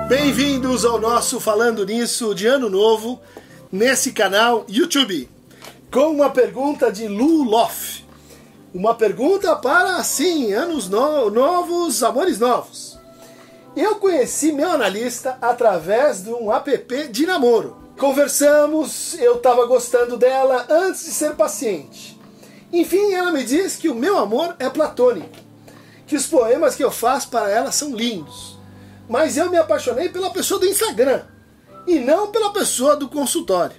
Bem-vindos ao nosso Falando Nisso de Ano Novo, nesse canal YouTube, com uma pergunta de Lu Loff. Uma pergunta para, assim, anos novos, amores novos. Eu conheci meu analista através de um app de namoro. Conversamos, eu estava gostando dela antes de ser paciente. Enfim, ela me diz que o meu amor é platônico, que os poemas que eu faço para ela são lindos. Mas eu me apaixonei pela pessoa do Instagram e não pela pessoa do consultório.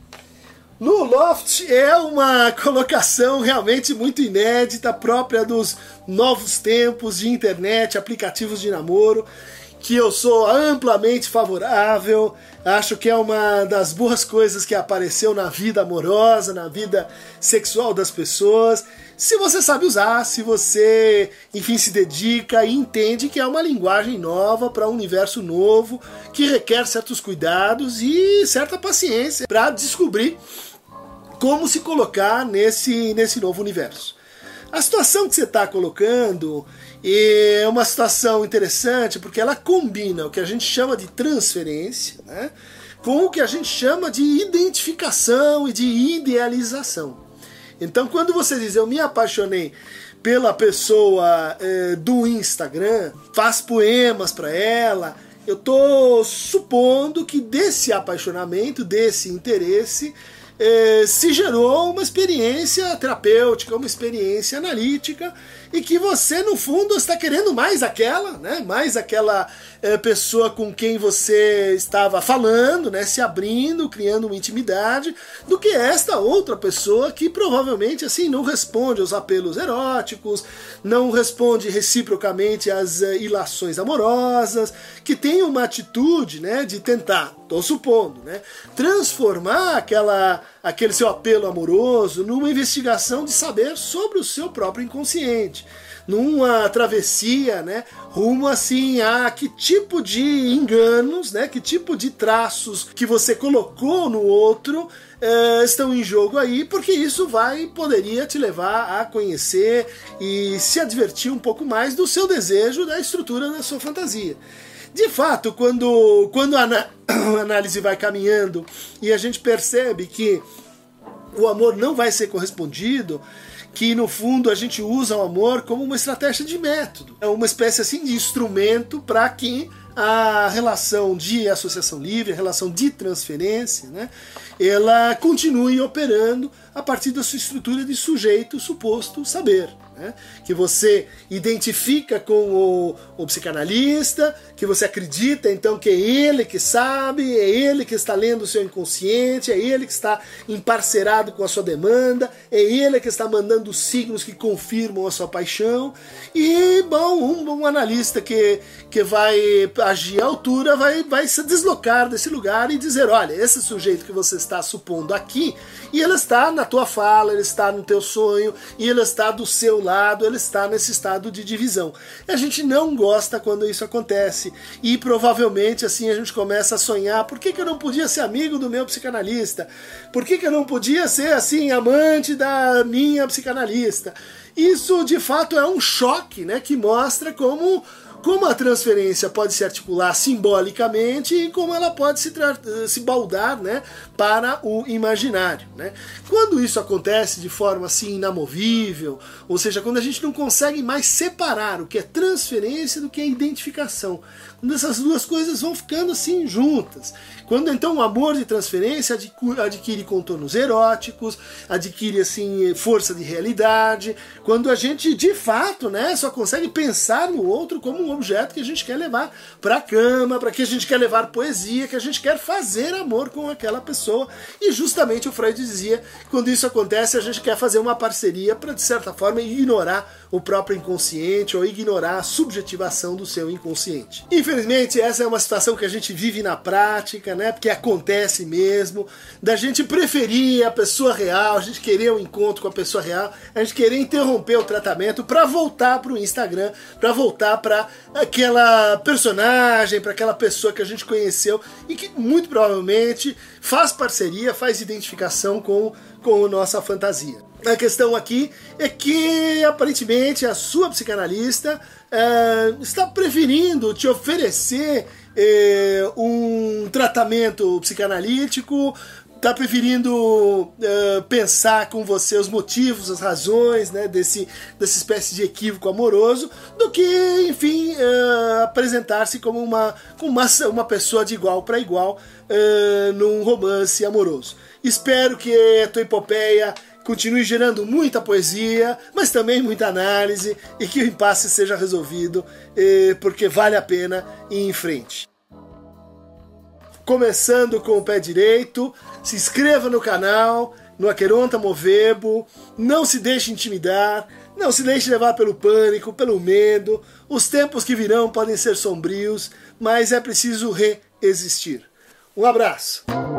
Lu Loft é uma colocação realmente muito inédita, própria dos novos tempos de internet, aplicativos de namoro, que eu sou amplamente favorável. Acho que é uma das boas coisas que apareceu na vida amorosa, na vida sexual das pessoas. Se você sabe usar, se você, enfim, se dedica e entende que é uma linguagem nova para um universo novo, que requer certos cuidados e certa paciência para descobrir como se colocar nesse novo universo. A situação que você está colocando é uma situação interessante porque ela combina o que a gente chama de transferência, né, com o que a gente chama de identificação e de idealização. Então, quando você diz eu me apaixonei pela pessoa do Instagram, faz poemas para ela, eu estou supondo que desse apaixonamento, desse interesse, se gerou uma experiência terapêutica, uma experiência analítica, e que você, no fundo, está querendo mais aquela, né? Mais aquela pessoa com quem você estava falando, né? Se abrindo, criando uma intimidade, do que esta outra pessoa que provavelmente assim não responde aos apelos eróticos, não responde reciprocamente às ilações amorosas, que tem uma atitude, né, de tentar, estou supondo, né, transformar aquele seu apelo amoroso numa investigação de saber sobre o seu próprio inconsciente, numa travessia, né, rumo assim a que tipo de enganos, né, que tipo de traços que você colocou no outro estão em jogo aí, porque isso poderia te levar a conhecer e se advertir um pouco mais do seu desejo, da estrutura da sua fantasia. De fato, quando a análise vai caminhando e a gente percebe que o amor não vai ser correspondido, que no fundo a gente usa o amor como uma estratégia de método, é uma espécie assim de instrumento para que a relação de associação livre, a relação de transferência, né, ela continue operando a partir da sua estrutura de sujeito suposto saber, né, que você identifica com o psicanalista, que você acredita então que é ele que sabe, é ele que está lendo o seu inconsciente, é ele que está emparcerado com a sua demanda, é ele que está mandando os signos que confirmam a sua paixão. E, bom, um analista que vai agir à altura vai se deslocar desse lugar e dizer, olha, esse sujeito que você está supondo aqui, e ele está na tua fala, ele está no teu sonho, e ele está do seu lado, ele está nesse estado de divisão. E a gente não gosta quando isso acontece, e provavelmente assim a gente começa a sonhar, por que eu não podia ser amigo do meu psicanalista? Por que eu não podia ser assim amante da minha psicanalista? Isso de fato é um choque, né, que mostra como a transferência pode se articular simbolicamente e como ela pode se baldar, né, para o imaginário, né? Quando isso acontece de forma assim inamovível, ou seja, quando a gente não consegue mais separar o que é transferência do que é identificação, quando essas duas coisas vão ficando assim juntas, quando então o amor de transferência adquire contornos eróticos, adquire assim força de realidade, quando a gente de fato, né, só consegue pensar no outro como um objeto que a gente quer levar para a cama, para que a gente quer levar poesia, que a gente quer fazer amor com aquela pessoa. E justamente o Freud dizia, quando isso acontece, a gente quer fazer uma parceria para, de certa forma, ignorar o próprio inconsciente ou ignorar a subjetivação do seu inconsciente. Infelizmente, essa é uma situação que a gente vive na prática, né? Porque acontece mesmo, da gente preferir a pessoa real, a gente querer um encontro com a pessoa real, a gente querer interromper o tratamento para voltar para o Instagram, para voltar para aquela personagem, para aquela pessoa que a gente conheceu e que muito provavelmente faz parceria, faz identificação com a nossa fantasia. A questão aqui é que aparentemente a sua psicanalista está preferindo te oferecer um tratamento psicanalítico, está preferindo pensar com você os motivos, as razões, né, dessa espécie de equívoco amoroso, do que, enfim, apresentar-se como uma pessoa de igual para igual num romance amoroso. Espero que a tua epopeia continue gerando muita poesia, mas também muita análise, e que o impasse seja resolvido, porque vale a pena ir em frente. Começando com o pé direito, se inscreva no canal, no Aqueronta Movebo, não se deixe intimidar, não se deixe levar pelo pânico, pelo medo. Os tempos que virão podem ser sombrios, mas é preciso resistir. Um abraço!